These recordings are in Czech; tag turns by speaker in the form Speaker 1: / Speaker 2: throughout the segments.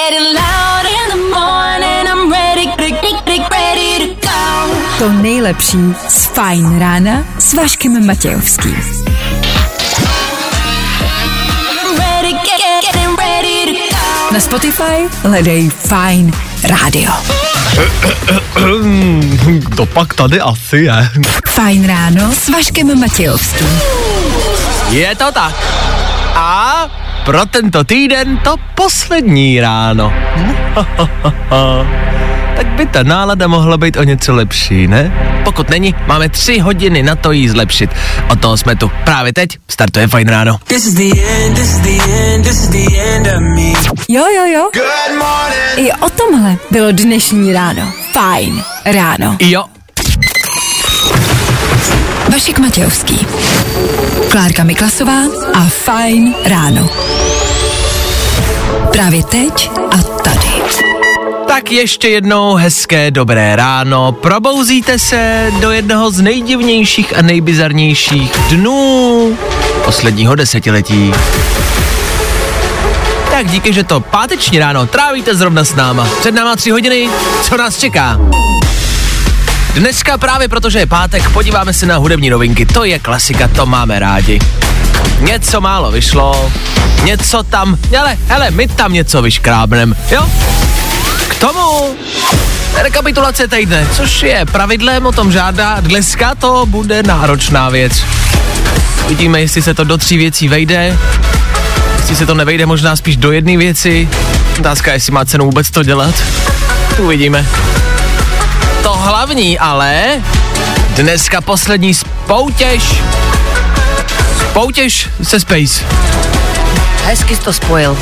Speaker 1: To nejlepší z Fajn rána s Vaškem Matějovským. Na Spotify hledej Fajn rádio.
Speaker 2: To pak tady asi je.
Speaker 1: Fajn ráno s Vaškem Matějovským.
Speaker 2: Je to tak. A pro tento týden to poslední ráno. Tak by ta nálada mohla být o něco lepší, ne? Pokud není, máme 3 hodiny na to jí zlepšit. Od toho jsme tu. Právě teď startuje Fajn ráno.
Speaker 1: Jo. I o tomhle bylo dnešní ráno. Fajn ráno.
Speaker 2: Jo.
Speaker 1: Vašek Matějovský, Klárka Miklasová a Fajn ráno. Právě teď a tady.
Speaker 2: Tak ještě jednou hezké dobré ráno. Probouzíte se do jednoho z nejdivnějších a nejbizarnějších dnů posledního desetiletí. Tak díky, že to páteční ráno trávíte zrovna s náma. Před náma 3 hodiny, co nás čeká? Dneska právě protože je pátek, podíváme se na hudební novinky. To je klasika, to máme rádi. Něco málo vyšlo, něco tam, hele, my tam něco vyškrábnem, jo? K tomu rekapitulace týdne, což je pravidlem, o tom žádá. Dneska to bude náročná věc. Vidíme, jestli se to do 3 věcí vejde, jestli se to nevejde možná spíš do 1 věci. Otázka, jestli má cenu vůbec to dělat. Uvidíme. To hlavní ale, dneska poslední spoutěž se Space.
Speaker 3: Hezky jsi to spojil.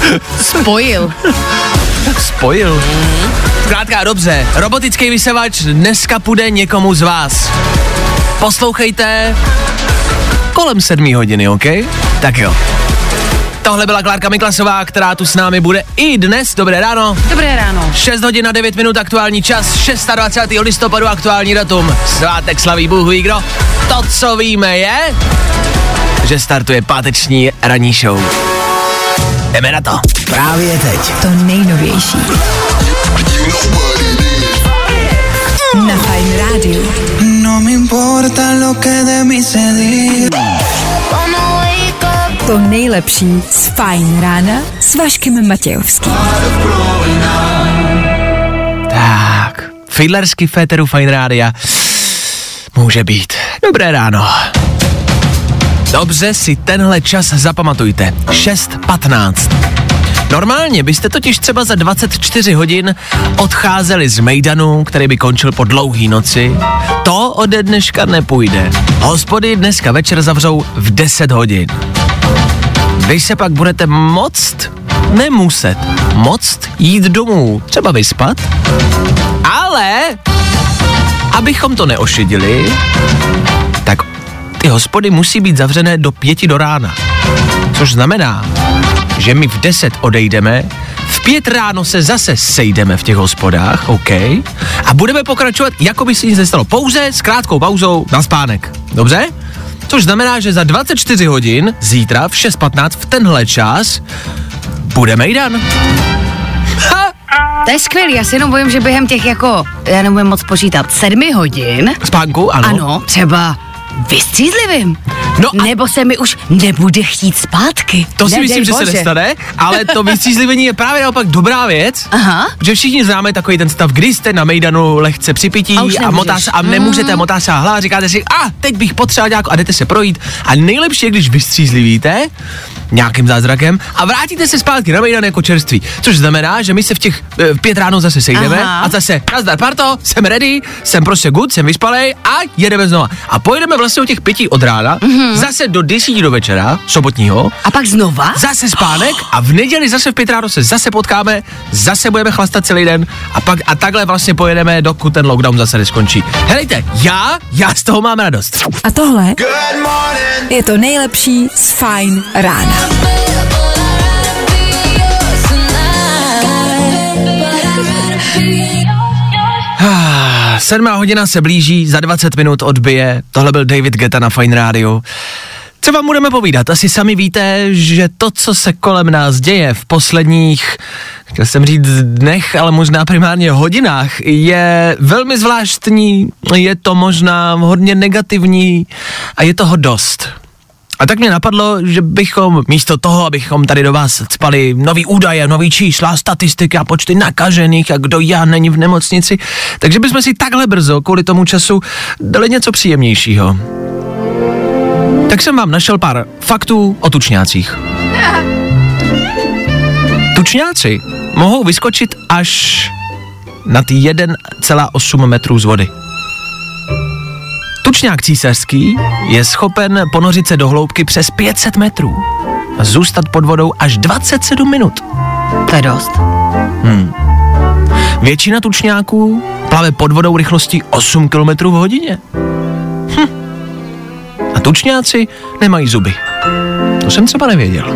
Speaker 2: Spojil. Zkrátka dobře, robotický vysavač dneska půjde někomu z vás. Poslouchejte kolem 7 hodiny, OK? Tak jo. Tohle byla Klárka Miklasová, která tu s námi bude i dnes. Dobré ráno.
Speaker 3: Dobré ráno.
Speaker 2: 6 hodin a 9 minut aktuální čas, 26. listopadu aktuální datum. Svátek slaví Bůh ví kdo. To, co víme, je, že startuje páteční ranní show. Jdeme na to. Právě teď.
Speaker 1: To nejnovější. Na Fajn rádiu.
Speaker 4: No me importa lo que de mí se diga.
Speaker 1: To nejlepší z Fajn rána s Vaškem Matějovským.
Speaker 2: Tak, fiedlersky féteru Fajn rádia může být. Dobré ráno. Dobře si tenhle čas zapamatujte. 6:15. Normálně byste totiž třeba za 24 hodin odcházeli z mejdanu, který by končil po dlouhý noci. To ode dneška nepůjde. Hospody dneska večer zavřou v 10 hodin. Vy se pak budete moct jít domů, třeba vyspat, ale abychom to neošidili, tak ty hospody musí být zavřené do 5 do rána. Což znamená, že my v 10 odejdeme, v 5 ráno se zase sejdeme v těch hospodách, OK, a budeme pokračovat, jako by se nic nestalo, pouze s krátkou pauzou na spánek. Dobře? Což znamená, že za 24 hodin zítra v 6:15 v tenhle čas bude mejdan. Ha!
Speaker 3: To je skvělý, já si jenom bojím, že během těch já nebudem moc počítat, 7 hodin.
Speaker 2: Spánku, ano.
Speaker 3: Ano, třeba vystřízlivým.
Speaker 2: No
Speaker 3: nebo se mi už nebude chtít zpátky.
Speaker 2: To si myslím, že se nestane, ale to vystřízlivění je právě naopak dobrá věc.
Speaker 3: Aha.
Speaker 2: Že všichni známe takový ten stav, kdy jste na mejdanu lehce připití a nemůžete motásá hlava, říkáte si, teď bych potřeboval nějakou a jdete se projít. A nejlepší je, když vystřízlivíte nějakým zázrakem a vrátíte se zpátky na mejdan jako čerství. Což znamená, že my se v 5 ráno zase sejdeme. Aha. A zase, nazdar parto, jsem ready, jsem prostě good, jsem vyspalej a jedeme znova. A pojedeme vlastně o těch 5 od rána, zase do 10 do večera, sobotního.
Speaker 3: A pak znova?
Speaker 2: Zase spánek a v neděli zase v 5 ráno se zase potkáme, zase budeme chlastat celý den a takhle vlastně pojedeme, dokud ten lockdown zase neskončí. Helejte, já z toho mám radost.
Speaker 1: A tohle je to nejlepší z Fajn rána.
Speaker 2: Sedmá hodina se blíží, za 20 minut odbije. Tohle byl David Guetta na Fajn rádiu. Co vám budeme povídat? Asi sami víte, že to, co se kolem nás děje v posledních chtěl jsem říct dnech, ale možná primárně hodinách, je velmi zvláštní, je to možná hodně negativní a je toho dost. A tak mě napadlo, že bychom místo toho, abychom tady do vás cpali nový údaje, nový čísla, statistiky a počty nakažených a kdo není v nemocnici, takže bychom si takhle brzo kvůli tomu času dali něco příjemnějšího. Tak jsem vám našel pár faktů o tučňácích. Tučňáci mohou vyskočit až nad 1,8 metrů z vody. Tučňák císařský je schopen ponořit se do hloubky přes 500 metrů a zůstat pod vodou až 27 minut.
Speaker 3: To je dost.
Speaker 2: Většina tučňáků plave pod vodou rychlostí 8 km v hodině. A tučňáci nemají zuby. To jsem třeba nevěděl.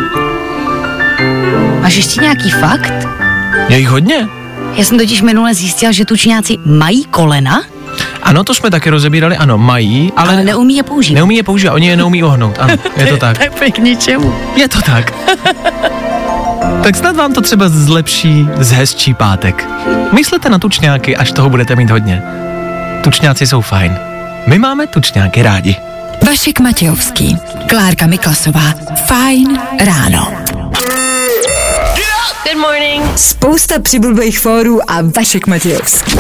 Speaker 3: Máš ještě nějaký fakt?
Speaker 2: Je jich hodně.
Speaker 3: Já jsem totiž minule zjistil, že tučňáci mají kolena.
Speaker 2: Ano, to jsme taky rozebírali, ano, mají, ale
Speaker 3: neumí je používat.
Speaker 2: Neumí je používat, oni je neumí ohnout, ano, je to tak.
Speaker 3: Tak k ničemu.
Speaker 2: Je to tak. Tak snad vám to třeba zlepší, zhezčí pátek. Myslete na tučňáky, až toho budete mít hodně. Tučňáci jsou fajn. My máme tučňáky rádi.
Speaker 1: Vašek Matějovský, Klárka Miklasová, Fajn ráno.
Speaker 3: Good morning.
Speaker 1: Spousta přibulbých fórů a Vašek Matějovský.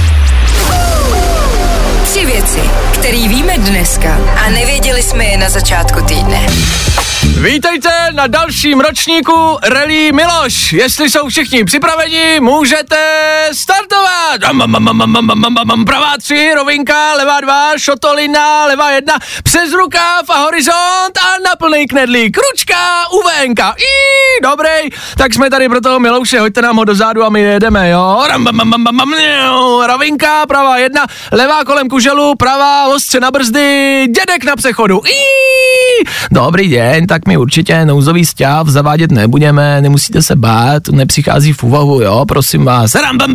Speaker 1: 3 věci, které víme dneska a nevěděli jsme je na začátku týdne.
Speaker 2: Vítejte na dalším ročníku Rally Miloš. Jestli jsou všichni připraveni, můžete startovat. Pravá 3, rovinka, levá 2, šotolina, levá 1, přes rukáv a horizont a na plný knedlík. Ručka, uvénka. Dobrý, tak jsme tady pro toho Milouše, hoďte nám ho dozadu a my jedeme, jo. Rovinka, pravá 1, levá kolem kuželu, pravá ostře na brzdy, dědek na přechodu. Dobrý den, tak my určitě nouzový stav zavádět nebudeme, nemusíte se bát, nepřichází v úvahu, jo, prosím vás.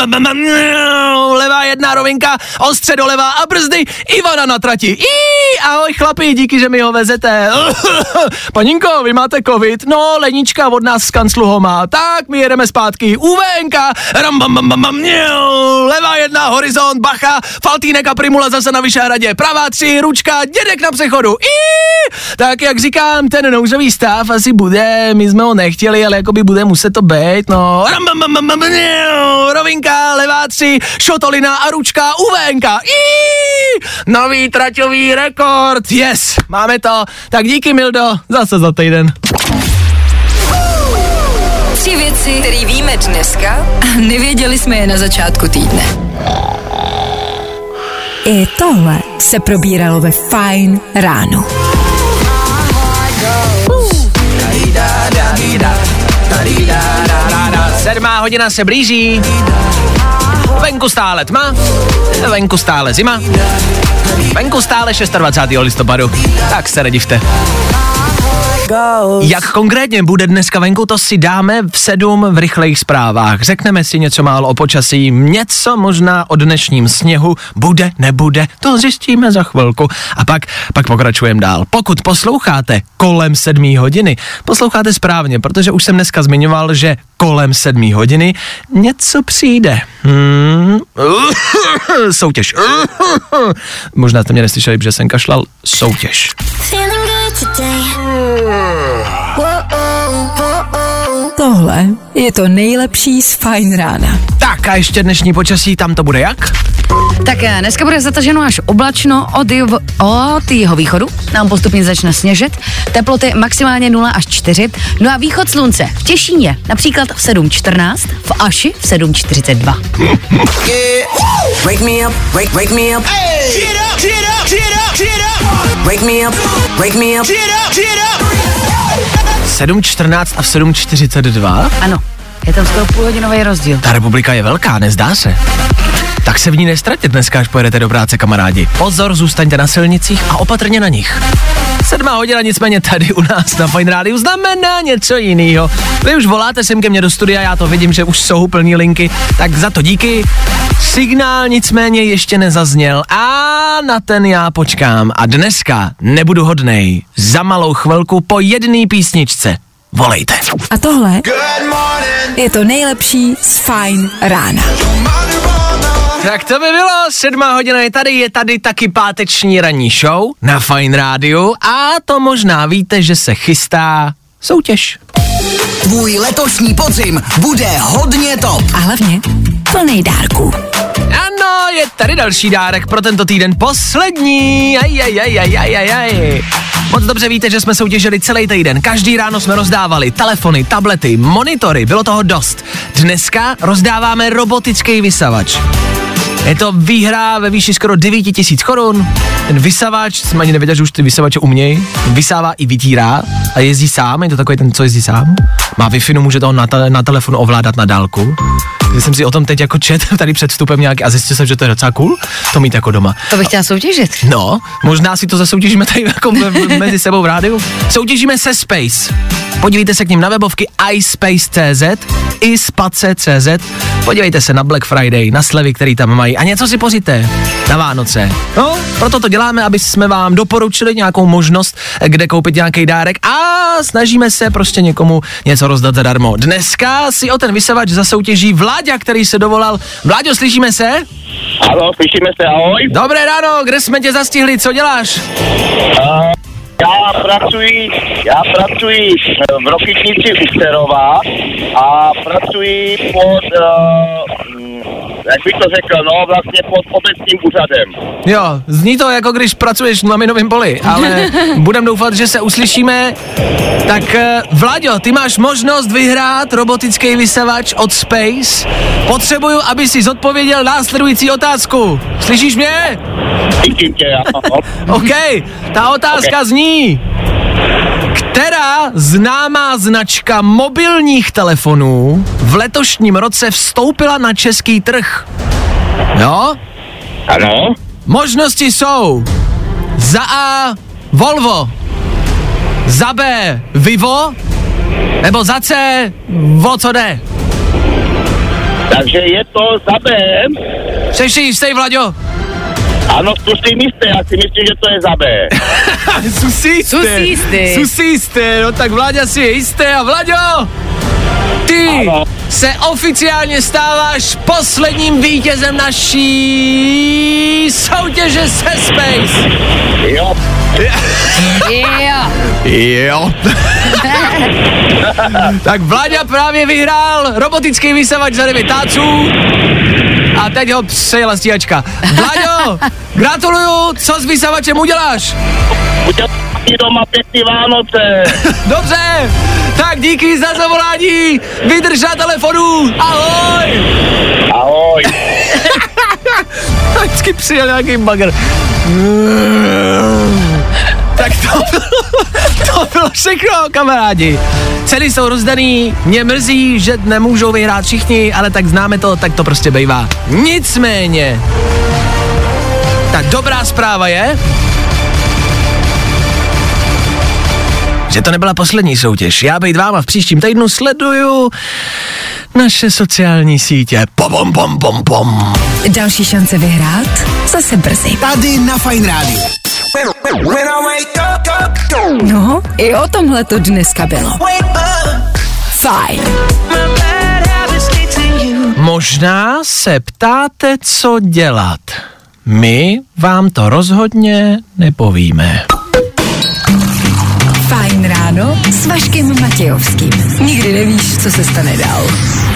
Speaker 2: Levá 1 rovinka, ostře doleva a brzdy, Ivana na trati. Ahoj chlapi, díky, že mi ho vezete. Paninko, vy máte covid? No, Lenička od nás z kanclu ho má, tak my jedeme zpátky. Uvénka, levá 1, horizont, bacha, Faltýnek a Primula zase na Vyšehradě, pravá 3, ručka, dědek na přechodu. Tak jak říkám, ten nouzový stav asi bude, my jsme ho nechtěli, ale jakoby bude muset to být, no. Rovinka, levá 3, šotolina a ručka, uvénka. Nový traťový rekord, yes, máme to. Tak díky, Mildo, zase za týden.
Speaker 1: 3 věci, které víme dneska a nevěděli jsme je na začátku týdne. I tohle se probíralo ve Fajn ráno.
Speaker 2: Sedmá hodina se blíží. Venku stále tma, venku stále zima, venku stále 26. listopadu. Tak se nedivte. Jak konkrétně bude dneska venku, to si dáme v 7 v rychlejch zprávách. Řekneme si něco málo o počasí, něco možná o dnešním sněhu, bude, nebude, to zjistíme za chvilku. A pak pokračujeme dál. Pokud posloucháte kolem 7 hodiny, posloucháte správně, protože už jsem dneska zmiňoval, že kolem 7 hodiny něco přijde. Soutěž. Možná jste mě neslyšeli, protože jsem kašlal. Soutěž.
Speaker 1: Tohle je to nejlepší z Fajn rána.
Speaker 2: Tak a ještě dnešní počasí, tam to bude jak?
Speaker 3: Tak dneska bude zataženo až oblačno, od jeho východu nám postupně začne sněžit, teploty maximálně 0 až 4, no a východ slunce v Těšíně například v 7:14, v Aši v 7:42.
Speaker 5: Wake me up, wake me up. Hey! Get up, get up, get up, get up. Wake me up, wake me up. Get up.
Speaker 2: 7:14 a v 7:42?
Speaker 3: Ano, je tam skoro půlhodinový rozdíl.
Speaker 2: Ta republika je velká, nezdá se? Tak se v ní nestratět dneska, až pojedete do práce, kamarádi. Pozor, zůstaňte na silnicích a opatrně na nich. 7 hodina, nicméně tady u nás na Fajn rádiu znamená něco jinýho. Vy už voláte sem ke mně do studia, já to vidím, že už jsou plný linky, tak za to díky. Signál nicméně ještě nezazněl a na ten já počkám. A dneska nebudu hodnej. Za malou chvilku po jedné písničce volejte.
Speaker 1: A tohle je to nejlepší z Fajn rána.
Speaker 2: Tak to by bylo, 7 hodina je tady taky páteční ranní show na Fajn rádiu a to možná víte, že se chystá soutěž.
Speaker 5: Tvůj letošní podzim bude hodně top.
Speaker 1: A hlavně plnej dárků.
Speaker 2: Ano, je tady další dárek pro tento týden, poslední. Moc dobře víte, že jsme soutěžili celý týden. Každý ráno jsme rozdávali telefony, tablety, monitory, bylo toho dost. Dneska rozdáváme robotický vysavač. Je to výhra ve výši skoro 9 000 korun. Ten vysavač, jsem ani nevěděl, že už ty vysavače umějí, vysává i vytírá a jezdí sám, je to takový ten, co jezdí sám. Má Wi-Fi, může to na telefonu ovládat na dálku. Když jsem si o tom teď jako čet tady před vstupem nějaký a zjistil jsem, že to je docela cool, to mít jako doma.
Speaker 3: To bych chtěla soutěžit.
Speaker 2: No, možná si to zasoutěžíme tady jako mezi sebou v rádiu. Soutěžíme se Space. Podívejte se k ním na webovky iSpace.cz, iSpace.cz. Podívejte se na Black Friday, na slevy, který tam mají a něco si pořiďte na Vánoce. No, proto to děláme, aby jsme vám doporučili nějakou možnost, kde koupit nějaký dárek a snažíme se prostě někomu něco rozdat zadarmo. Dneska si o ten vysavač zasoutěží Vláďa, který se dovolal. Vláďo, slyšíme se?
Speaker 6: Ano, slyšíme se, ahoj.
Speaker 2: Dobré ráno, kde jsme tě zastihli, co děláš?
Speaker 6: Já pracuji v Rokytnici u Sterova a pracuji pod, jak bych to řekl, no vlastně pod obecním úřadem.
Speaker 2: Jo, zní to jako když pracuješ na minovém poli, ale budem doufat, že se uslyšíme. Tak Vlaďo, ty máš možnost vyhrát robotický vysavač od Space. Potřebuju, aby si zodpověděl následující otázku. Slyšíš mě?
Speaker 6: Slyším tě, ano.
Speaker 2: OK, ta otázka zní, která známá značka mobilních telefonů v letošním roce vstoupila na český trh? Jo?
Speaker 6: Ano.
Speaker 2: Možnosti jsou za A Volvo, za B Vivo, nebo za C o co jde?
Speaker 6: Takže je to za B.
Speaker 2: Jsi si jistý, Vlaďo?
Speaker 6: Ano, zkusím jistý, já si myslím, že to je za B.
Speaker 2: Susíste, no tak Vláďa si je jistý a Vlaďo, ty
Speaker 6: ano.
Speaker 2: Se oficiálně stáváš posledním vítězem naší soutěže se Space.
Speaker 6: Jo.
Speaker 2: Jo. Tak Vláďa právě vyhrál robotický vysavač za 9 táců a teď ho přejela stíhačka. Vláďo, gratuluju, co s vysavačem uděláš?
Speaker 6: Udělám doma pěkný Vánoce.
Speaker 2: Dobře, tak díky za zavolání, vydrž na telefonu, ahoj.
Speaker 6: Ahoj.
Speaker 2: Vždycky přijel nějaký bagr. Tak to bylo všechno, kamarádi. Ceny jsou rozdaný, mě mrzí, že nemůžou vyhrát všichni, ale tak známe to, tak to prostě bývá. Nicméně, ta dobrá zpráva je, že to nebyla poslední soutěž. Já bejt váma v příštím týdnu sleduju naše sociální sítě. Pom.
Speaker 1: Další šance vyhrát zase brzy.
Speaker 5: Tady na Fajn rádiu.
Speaker 1: No, i o tomhle to dneska bylo. Fajn.
Speaker 2: Možná se ptáte, co dělat. My vám to rozhodně nepovíme.
Speaker 1: Fajn ráno s Vaškem Matějovským. Nikdy nevíš, co se stane dál.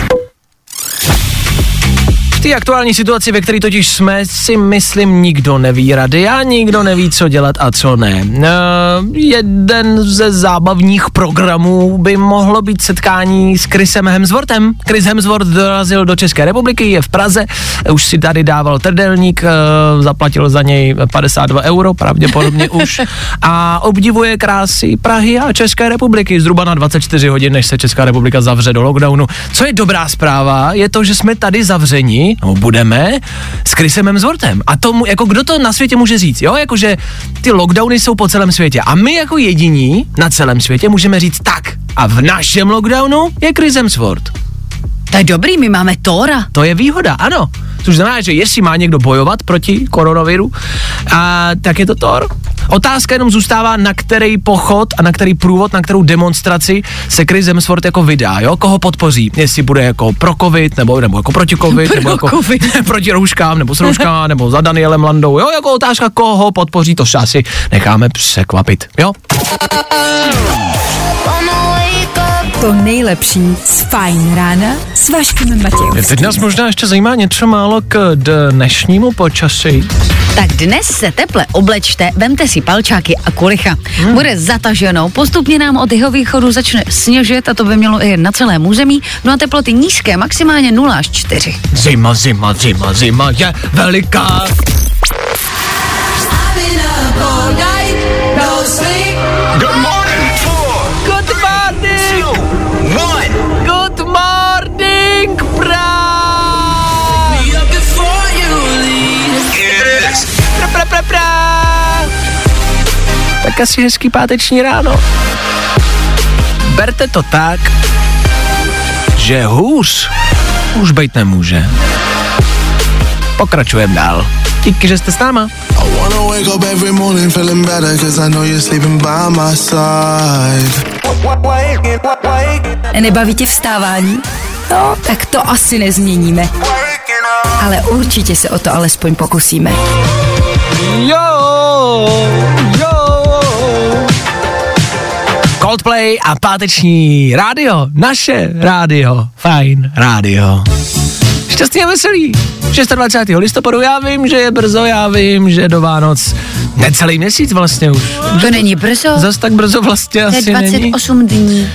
Speaker 2: V té aktuální situaci, ve které totiž jsme, si myslím, nikdo neví rady a nikdo neví, co dělat a co ne. Jeden ze zábavních programů by mohlo být setkání s Chrisem Hemsworthem. Chris Hemsworth dorazil do České republiky, je v Praze, už si tady dával trdelník, zaplatil za něj 52 €, pravděpodobně už, a obdivuje krásy Prahy a České republiky zhruba na 24 hodin, než se Česká republika zavře do lockdownu. Co je dobrá zpráva, je to, že jsme tady zavřeni, no budeme, s Chrisem Hemsworthem. A tomu, jako kdo to na světě může říct, jo, jakože ty lockdowny jsou po celém světě a my jako jediní na celém světě můžeme říct tak a v našem lockdownu je Chris Hemsworth.
Speaker 3: To je dobrý, my máme Thora.
Speaker 2: To je výhoda, ano. Což znamená, že jestli má někdo bojovat proti koronaviru, tak je to Thor. Otázka jenom zůstává, na který pochod a na který průvod, na kterou demonstraci se Chris Hemsworth jako vydá, jo? Koho podpoří? Jestli bude jako pro covid, nebo jako proti covid, nebo jako proti rouškám, nebo s rouškama, nebo za Danielem Landou, jo? Jako otázka, koho podpoří, to se asi necháme překvapit, jo?
Speaker 1: To nejlepší z Fajn rána s Vaškem Matějovským.
Speaker 2: Teď nás možná ještě zajímá něco málo k dnešnímu počasí.
Speaker 3: Tak dnes se teple oblečte, vemte si palčáky a kulicha. Bude zataženo, postupně nám od jihovýchodu začne sněžit a to by mělo i na celém území. No a teploty nízké, maximálně 0 až 4.
Speaker 2: Zima je veliká.
Speaker 5: Good morning. 4, 2, 1.
Speaker 2: Good morning, Tak asi hezký páteční ráno. Berte to tak, že hůř už být nemůže. Pokračujeme dál. Díky, že jste s náma.
Speaker 1: Nebaví tě vstávání? No, tak to asi nezměníme. Ale určitě se o to alespoň pokusíme.
Speaker 2: Jo. Coldplay a páteční rádio, naše rádio, Fajn rádio. Šťastný a veselý. 26. listopadu, já vím, že je brzo, já vím, že do Vánoc necelý měsíc vlastně už.
Speaker 3: To není brzo?
Speaker 2: Zas tak brzo vlastně
Speaker 3: asi není. 28 dní.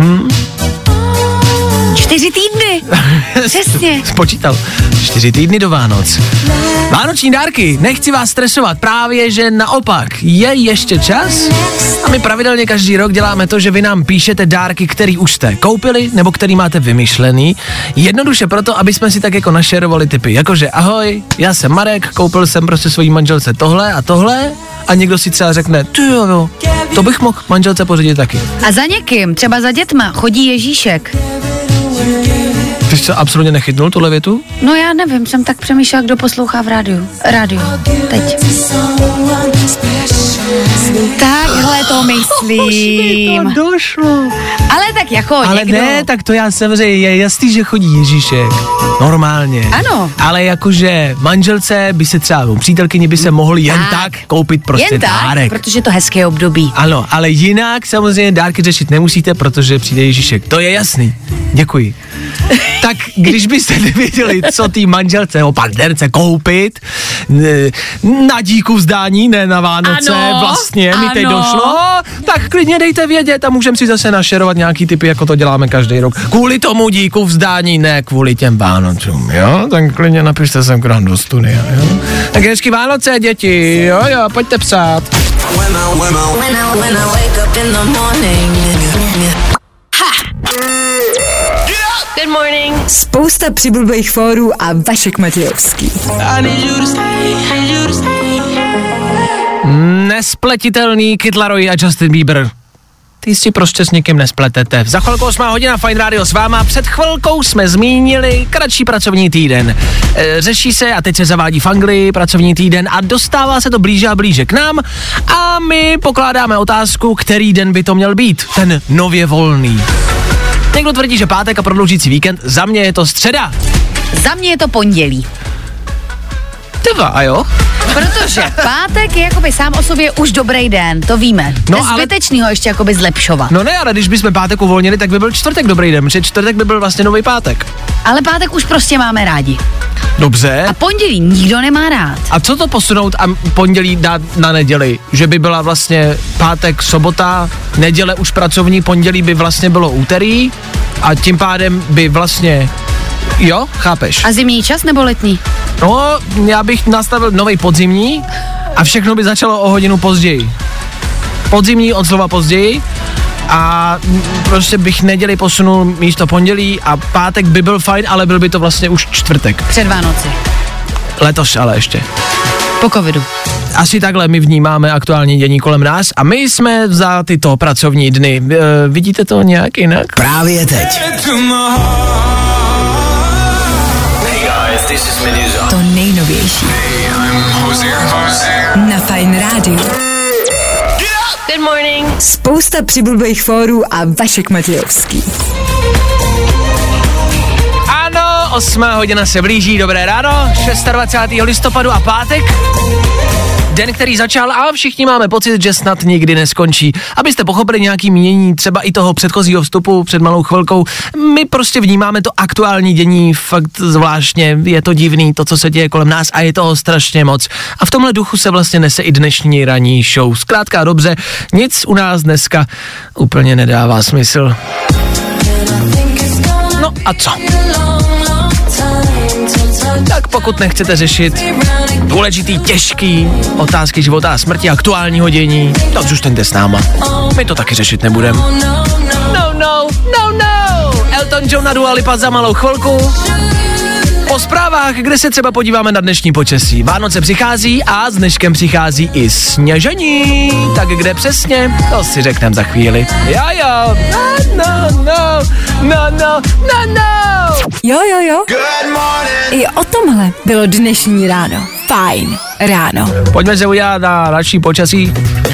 Speaker 3: 4 týdny. Přesně.
Speaker 2: Spočítal. 4 týdny do Vánoc. Vánoční dárky, nechci vás stresovat, právě že naopak, je ještě čas a my pravidelně každý rok děláme to, že vy nám píšete dárky, který už jste koupili nebo který máte vymyšlený, jednoduše proto, aby jsme si tak jako našerovali tipy, jakože ahoj, já jsem Marek, koupil jsem prostě svojí manželce tohle a tohle a někdo si třeba řekne, jo, to bych mohl manželce pořídit taky.
Speaker 3: A za někým, třeba za dětma, chodí Ježíšek.
Speaker 2: Ty jsi absolutně nechytnul tuhle větu?
Speaker 3: No já nevím, jsem tak přemýšlela, kdo poslouchá v rádiu. Teď. Takhle to myslím.
Speaker 2: Došlo.
Speaker 3: Ale tak jako
Speaker 2: ale
Speaker 3: někdo.
Speaker 2: Ne, tak to já samozřejmě, je jasný, že chodí Ježíšek. Normálně.
Speaker 3: Ano.
Speaker 2: Ale jakože manželce by se třeba, přítelkyni by se mohl jen tak koupit prostě
Speaker 3: jen
Speaker 2: dárek.
Speaker 3: Tak, protože to hezké období.
Speaker 2: Ano, ale jinak samozřejmě dárky řešit nemusíte, protože přijde Ježíšek. To je jasný. Děkuji. Tak když byste nevěděli, co tý manželce nebo partnerce koupit na díku vzdání, ne na Vánoce,
Speaker 3: ano,
Speaker 2: vlastně mi teď
Speaker 3: ano.
Speaker 2: došlo, tak klidně dejte vědět a můžeme si zase našerovat nějaký typy, jako to děláme každý rok. Kvůli tomu díku vzdání, ne kvůli těm Vánocům, jo? Tak klidně napište sem k nám do studia, jo? Tak hezky Vánoce, děti, jo, pojďte psát.
Speaker 1: Good morning. Spousta přibulbých fórů a Vašek Matějovský.
Speaker 2: Nespletitelný Kid Laroi a Justin Bieber. Ty si prostě s někým nespletete. Za chvilku 8 hodina Fajn rádio s váma. Před chvilkou jsme zmínili kratší pracovní týden. Řeší se a teď se zavádí v Anglii pracovní týden a dostává se to blíže a blíže k nám a my pokládáme otázku, který den by to měl být. Ten nově volný. Někdo tvrdí, že pátek a prodloužící víkend, za mě je to středa.
Speaker 3: Za mě je to pondělí.
Speaker 2: Tyva, a jo?
Speaker 3: Protože pátek je jakoby sám o sobě už dobrý den, to víme. No, je zbytečný ho ještě jakoby zlepšovat.
Speaker 2: No ne, ale když bychom pátek uvolnili, tak by byl čtvrtek dobrý den, protože čtvrtek by byl vlastně nový pátek.
Speaker 3: Ale pátek už prostě máme rádi.
Speaker 2: Dobře.
Speaker 3: A pondělí nikdo nemá rád.
Speaker 2: A co to posunout a pondělí dát na neděli? Že by byla vlastně pátek, sobota, neděle už pracovní, pondělí by vlastně bylo úterý a tím pádem by vlastně, jo, chápeš?
Speaker 3: A zimní čas nebo letní?
Speaker 2: No, já bych nastavil nový podzimní a všechno by začalo o hodinu později. Podzimní od slova později a prostě bych neděli posunul místo pondělí a pátek by byl fajn, ale byl by to vlastně už čtvrtek.
Speaker 3: Před Vánoci.
Speaker 2: Letos ale ještě.
Speaker 3: Po covidu.
Speaker 2: Asi takhle my vnímáme aktuální dění kolem nás a my jsme za tyto pracovní dny. Vidíte to nějak jinak?
Speaker 5: Právě teď.
Speaker 1: To nejnovější. Na Fajn rádiu.
Speaker 7: Good morning.
Speaker 1: Spousta přibulbých fórů a Vašek Matějovský.
Speaker 2: Ano, 8 hodina se blíží, dobré ráno, 26. listopadu a pátek. Den, který začal a všichni máme pocit, že snad nikdy neskončí. Abyste pochopili nějaký mínění třeba i toho předchozího vstupu před malou chvilkou, my prostě vnímáme to aktuální dění fakt zvláštně, je to divný, to, co se děje kolem nás a je toho strašně moc. A v tomhle duchu se vlastně nese i dnešní ranní show. Zkrátka dobře, nic u nás dneska úplně nedává smysl. No a co? Tak pokud nechcete řešit důležitý, těžký otázky života a smrti, aktuálního dění, tak zůstaňte s náma. My to taky řešit nebudeme. No. Elton John a Dua Lipa za malou chvilku. Po zprávách, kde se třeba podíváme na dnešní počasí. Vánoce přichází a s dneškem přichází i sněžení. Tak kde přesně? To si řekneme za chvíli. Jo. No.
Speaker 1: Jo. I o tomhle bylo dnešní ráno. Fajn ráno.
Speaker 2: Pojďme se udělat na další počasí.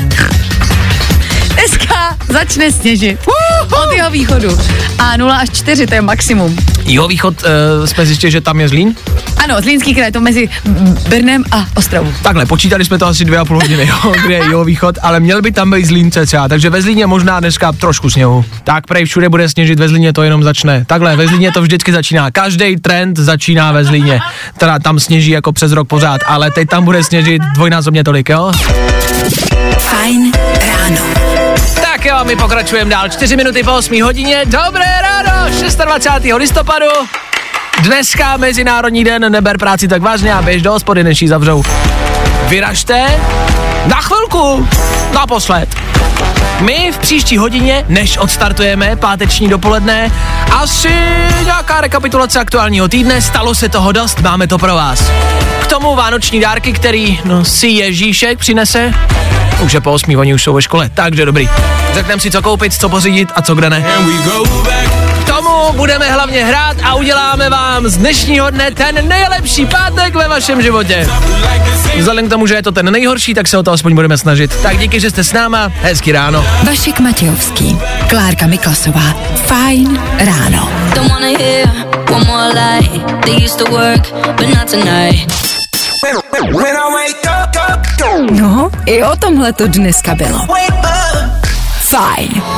Speaker 3: Dneska začne sněžit od jeho východu a 0 až 4, to je maximum.
Speaker 2: Jeho východ, jsme zjistili, že tam je Zlín?
Speaker 3: Ano, Zlínský kraj, to mezi Brnem a Ostravou.
Speaker 2: Takhle, počítali jsme to asi 2,5 hodiny, jo, kde je jeho východ, ale měl by tam být Zlín cca, takže ve Zlíně možná dneska trošku sněhu. Tak prej všude bude sněžit, ve Zlíně to jenom začne. Takhle, ve Zlíně to vždycky začíná, každý trend začíná ve Zlíně. Teda tam sněží jako přes rok pořád, ale teď tam bude sněžit dvojnásobně tolik, jo?
Speaker 1: Fajn ráno.
Speaker 2: Tak jo, my pokračujeme dál, 4 minuty po 8 hodině, dobré ráno, 26. listopadu. Dneska Mezinárodní den, neber práci tak vážně a běž do hospody, než ji zavřou. Vyražte na chvilku, naposled. My v příští hodině, než odstartujeme páteční dopoledne, asi nějaká rekapitulace aktuálního týdne, stalo se toho dost, máme to pro vás. K tomu vánoční dárky, který si Ježíšek přinese. Už je po 8, oni už jsou ve škole, takže dobrý. Řekneme si, co koupit, co pořídit a co kde ne. K tomu budeme hlavně hrát a uděláme vám z dnešního dne ten nejlepší pátek ve vašem životě. Vzhledem k tomu, že je to ten nejhorší, tak se o to aspoň budeme snažit. Tak díky, že jste s náma, hezký ráno.
Speaker 1: Vašek Matějovský, Klárka Miklasová, Fajn ráno. No, i o tomhle to dneska bylo. Fajn.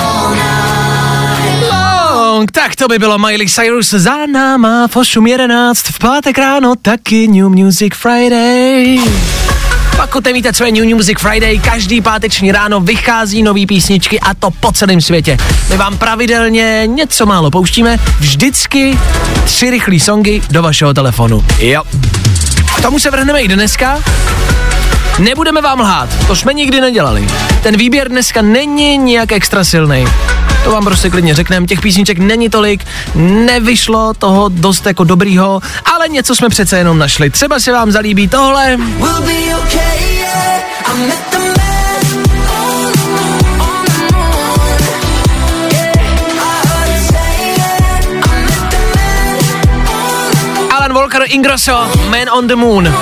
Speaker 2: Tak to by bylo Miley Cyrus za náma v 8:11 v pátek ráno, taky New Music Friday. Pokud nevíte, co je New Music Friday, každý páteční ráno vychází nový písničky a to po celém světě. My vám pravidelně něco málo pouštíme, vždycky 3 rychlý songy do vašeho telefonu. Jo. K tomu se vrhneme i dneska. Nebudeme vám lhát, to jsme nikdy nedělali. Ten výběr dneska není nijak extra silnej. To vám prostě klidně řekneme, těch písniček není tolik, nevyšlo toho dost jako dobrýho, ale něco jsme přece jenom našli. Třeba se vám zalíbí tohle. Alan Walker, Ingrosso, Man on the Moon.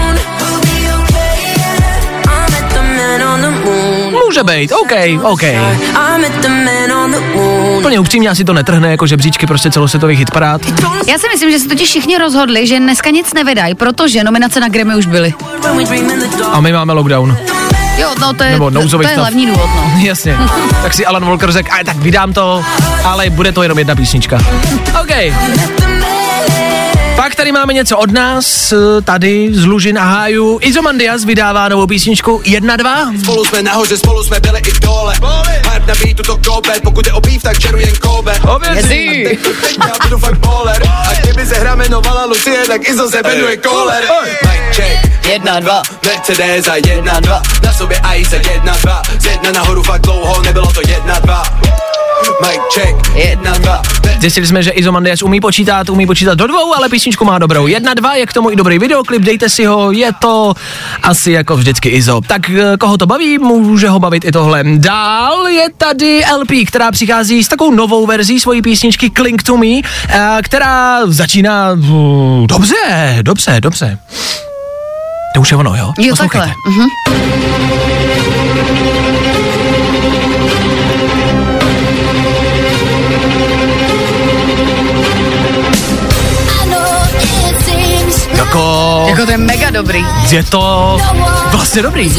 Speaker 2: Může být, OK. Úplně upřímně asi to netrhne jako žebříčky prostě celosvětových hitparád.
Speaker 3: Já si myslím, že se totiž všichni rozhodli, že dneska nic nevydají, protože nominace na Grammy už byly.
Speaker 2: A my máme lockdown.
Speaker 3: Jo, no to je hlavní důvod, no.
Speaker 2: Jasně. Tak si Alan Walker řekl, tak vydám to, ale bude to jenom jedna písnička. OK. Pak tady máme něco od nás, tady z Lužin a Hájů. Izomandias vydává novou písničku 1-2.
Speaker 8: Spolu jsme nahoře, spolu jsme byli i dole. Hype na beatu to kobe, pokud je o beef, tak čeru jen kobe.
Speaker 2: Ověří.
Speaker 8: Já budu fakt bowler. A kdyby se hra jmenovala Lucie, tak Izo se jmenuje Koller. Mic check, 1-2. Mercedes a 1-2. Na sobě Ice 1-2. Z 1 nahoru fakt dlouho, nebylo to 1-2. Mic check, 1-2.
Speaker 2: Zjistili jsme, že Izomandias umí počítat do 2, ale písničku má dobrou. 1-2, je k tomu i dobrý videoklip, dejte si ho, je to asi jako vždycky Izo. Tak koho to baví, může ho bavit i tohle. Dál je tady LP, která přichází s takovou novou verzí svojí písničky Cling to Me, která začíná dobře. To už je ono, jo?
Speaker 3: Jo, takhle. Jako to je mega dobrý.
Speaker 2: Je to vlastně dobrý.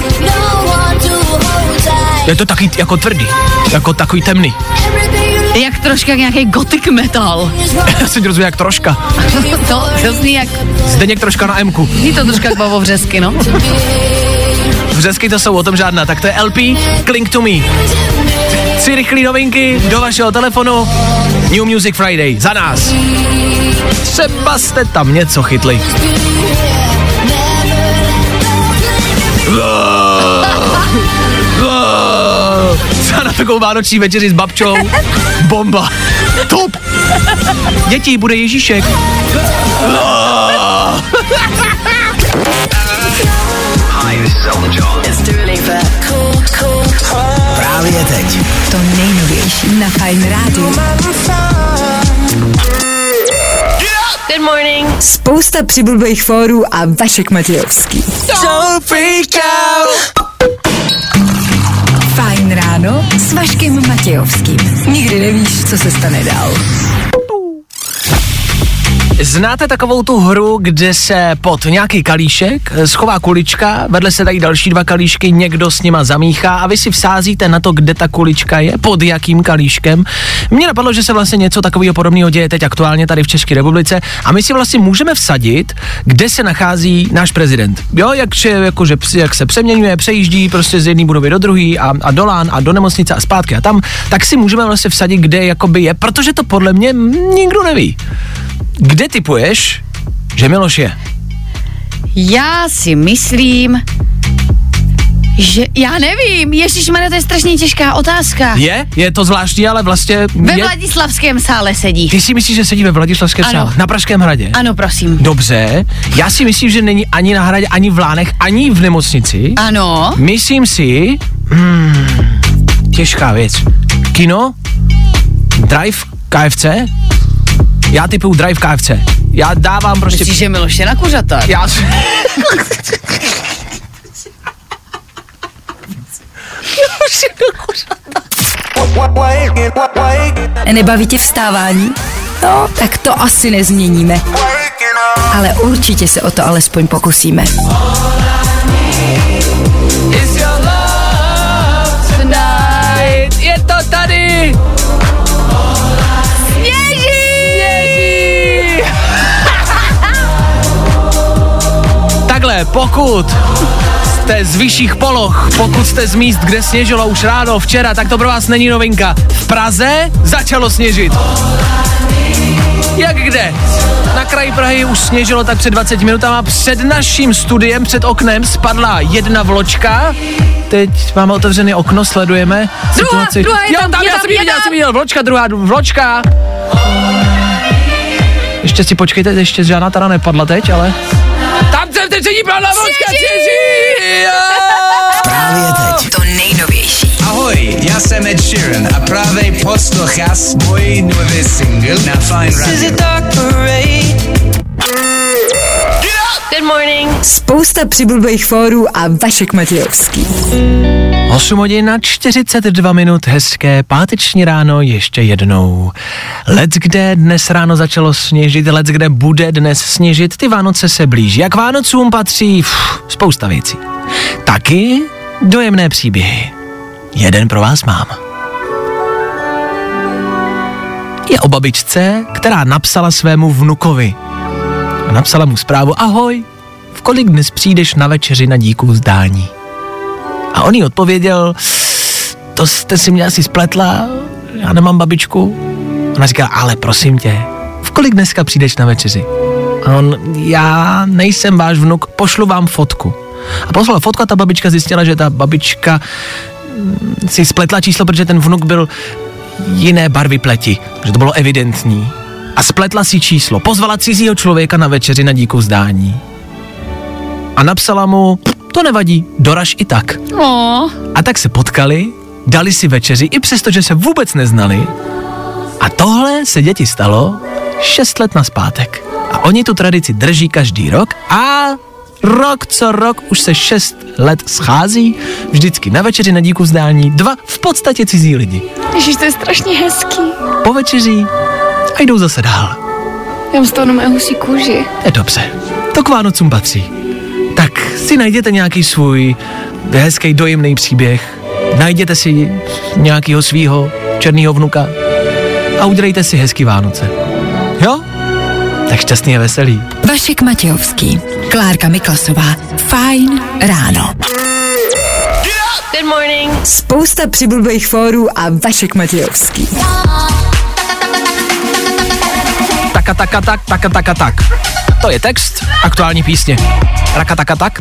Speaker 2: Je to taky jako tvrdý, jako takový temný.
Speaker 3: Jak troška nějaký gothic metal.
Speaker 2: Já si rozumím jak troška.
Speaker 3: to zní jak...
Speaker 2: Zdeněk troška na M-ku.
Speaker 3: Zní to troška jak Babo Vřesky, no.
Speaker 2: Vřesky to jsou, o tom žádná. Tak to je LP Cling to Me. 3 rychlé novinky do vašeho telefonu. New Music Friday za nás. Třeba jste tam něco chytli. Třeba na takovou vánoční večeři s babčou. Bomba. Top. Děti, bude Ježíšek.
Speaker 5: Právě teď.
Speaker 1: To nejnovější na Fajn rádiu.
Speaker 3: Good morning.
Speaker 1: Spousta přibulbých fórů a Vašek Matějovský.
Speaker 5: Don't freak out.
Speaker 1: Fajn ráno s Vaškem Matějovským. Nikdy nevíš, co se stane dál.
Speaker 2: Znáte takovou tu hru, kde se pod nějaký kalíšek schová kulička, vedle se dají další 2 kalíšky, někdo s nima zamíchá a vy si vsázíte na to, kde ta kulička je, pod jakým kalíškem. Mně napadlo, že se vlastně něco takového podobného děje teď aktuálně tady v České republice a my si vlastně můžeme vsadit, kde se nachází náš prezident. Jo, jak se přeměňuje, přejíždí prostě z jedné budovy do druhé a do lán a do nemocnice a zpátky a tam, tak si můžeme vlastně vsadit, kde jakoby je, protože to podle mě nikdo neví. Kde tipuješ, že Miloš je?
Speaker 3: Já si myslím, že... Já nevím, ježišmarja, to je strašně těžká otázka.
Speaker 2: Je to zvláštní, ale vlastně...
Speaker 3: Ve Vladislavském sále sedí.
Speaker 2: Ty si myslíš, že sedí ve Vladislavském sále? Na Pražském hradě?
Speaker 3: Ano, prosím.
Speaker 2: Dobře, já si myslím, že není ani na hradě, ani v Lánech, ani v nemocnici.
Speaker 3: Ano.
Speaker 2: Myslím si... těžká věc. Kino? Drive? KFC? Já typuju Drive KFC. Já dávám prostě...
Speaker 3: Myslíš, že Miloš je na kuřata?
Speaker 2: Já...
Speaker 1: Nebaví tě vstávání? No, tak to asi nezměníme. Ale určitě se o to alespoň pokusíme.
Speaker 2: Je to tady! Takhle, pokud jste z vyšších poloh, pokud jste z míst, kde sněžilo už ráno, včera, tak to pro vás není novinka. V Praze začalo sněžit. Jak kde? Na kraji Prahy už sněžilo tak před 20 minutama. Před naším studiem, před oknem spadla jedna vločka. Teď máme otevřené okno, sledujeme situaci.
Speaker 3: Druhá je tam,
Speaker 2: já jsem viděl, vločka, druhá vločka. Ještě si počkejte, ještě žádná teda nepadla teď, ale... Tam se vtečení padla vločka,
Speaker 5: Právě teď.
Speaker 1: To nejnovější.
Speaker 7: Ahoj, já jsem Ed Sheeran a právě posloucháš můj nový single na Fajn Radio.
Speaker 3: Good morning.
Speaker 1: Spousta přibulbých fórů a Vašek Matějovský.
Speaker 2: 8 hodin a 42 minut, hezké páteční ráno ještě jednou. Leckde dnes ráno začalo sněžit, leckde bude dnes sněžit, ty Vánoce se blíží. Jak Vánocům patří spousta věcí. Taky dojemné příběhy. Jeden pro vás mám. Je o babičce, která napsala svému vnukovi. A napsala mu zprávu: ahoj, v kolik dnes přijdeš na večeři na díku vzdání? A on jí odpověděl: to jste si mě asi spletla, já nemám babičku. Ona říkala: ale prosím tě, v kolik dneska přijdeš na večeři? A on: já nejsem váš vnuk, pošlu vám fotku. A poslala fotku a ta babička zjistila, že ta babička si spletla číslo, protože ten vnuk byl jiné barvy pleti, že to bylo evidentní. A spletla si číslo, pozvala cizího člověka na večeři na díku vzdání. A napsala mu: to nevadí, doraž i tak. A tak se potkali, dali si večeři, i přesto, že se vůbec neznali. A tohle se děti stalo 6 let nazpátek. A oni tu tradici drží každý rok a rok co rok už se 6 let schází, vždycky na večeři na díku vzdání 2 v podstatě cizí lidi.
Speaker 3: Ježiš, to je strašně hezký.
Speaker 2: Po večeří a jdou zase dál.
Speaker 3: Já mám z toho na mé husí kůži.
Speaker 2: Je dobře, to k Vánocům patří. Tak si najděte nějaký svůj hezký dojemný příběh, najděte si nějakýho svýho černýho vnuka a udělejte si hezký Vánoce. Jo? Tak šťastný a veselý.
Speaker 1: Vašek Matějovský, Klárka Miklasová, Fajn ráno.
Speaker 5: Good morning.
Speaker 1: Spousta přibulbých fórů a Vašek Matějovský.
Speaker 2: Tak. To je text aktuální písně. Rakatakatak.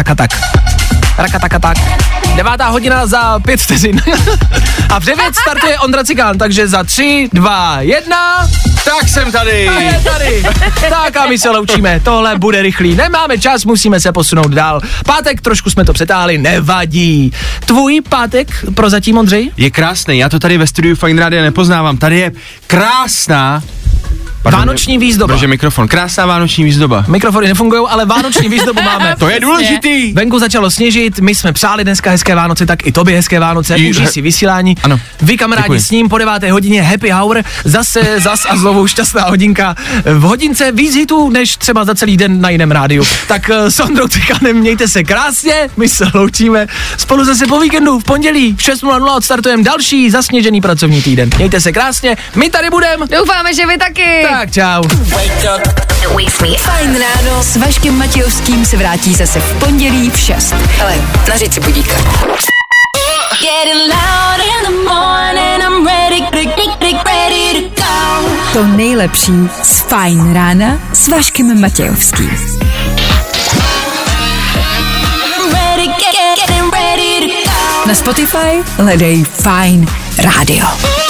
Speaker 2: 9:00 za 5 vteřin. A v 9 startuje Ondra Cikán, takže za 3, 2, 1.
Speaker 9: Tak jsem tady.
Speaker 2: A je tady. Tak a my se loučíme. Tohle bude rychlý. Nemáme čas, musíme se posunout dál. Pátek, trošku jsme to přetáhli, nevadí. Tvůj pátek prozatím, Ondřej?
Speaker 9: Je krásný, já to tady ve studiu Fajn Rádia nepoznávám. Tady je krásná
Speaker 2: Vánoční výzdoba.
Speaker 9: Protože mikrofon. Krásná vánoční výzdoba.
Speaker 2: Mikrofony nefungujou, ale vánoční výzdobu máme.
Speaker 9: To je důležitý.
Speaker 2: Venku začalo sněžit, my jsme přáli dneska hezké Vánoce, tak i tobě hezké Vánoce. Užij si vysílání.
Speaker 9: Ano.
Speaker 2: Vy kamarádi
Speaker 9: Děkuji.
Speaker 2: s ním po 9:00 happy hour, zas a znovu šťastná hodinka. V hodince víc hitů, než třeba za celý den na jiném rádiu. Tak s Ondrou Cikánem mějte se krásně, my se loučíme. Spolu zase po víkendu v pondělí v 6:00 odstartujeme další zasněžený pracovní týden. Mějte se krásně, my tady budeme.
Speaker 3: Doufáme, že vy taky.
Speaker 2: Tak čau.
Speaker 1: Fajn ráno s Vaškem Matějovským se vrátí zase v pondělí v 6. Hele, nařiď si budíka. To nejlepší z Fajn rána s Vaškem Matějovským. Na Spotify hledej Fajn rádio.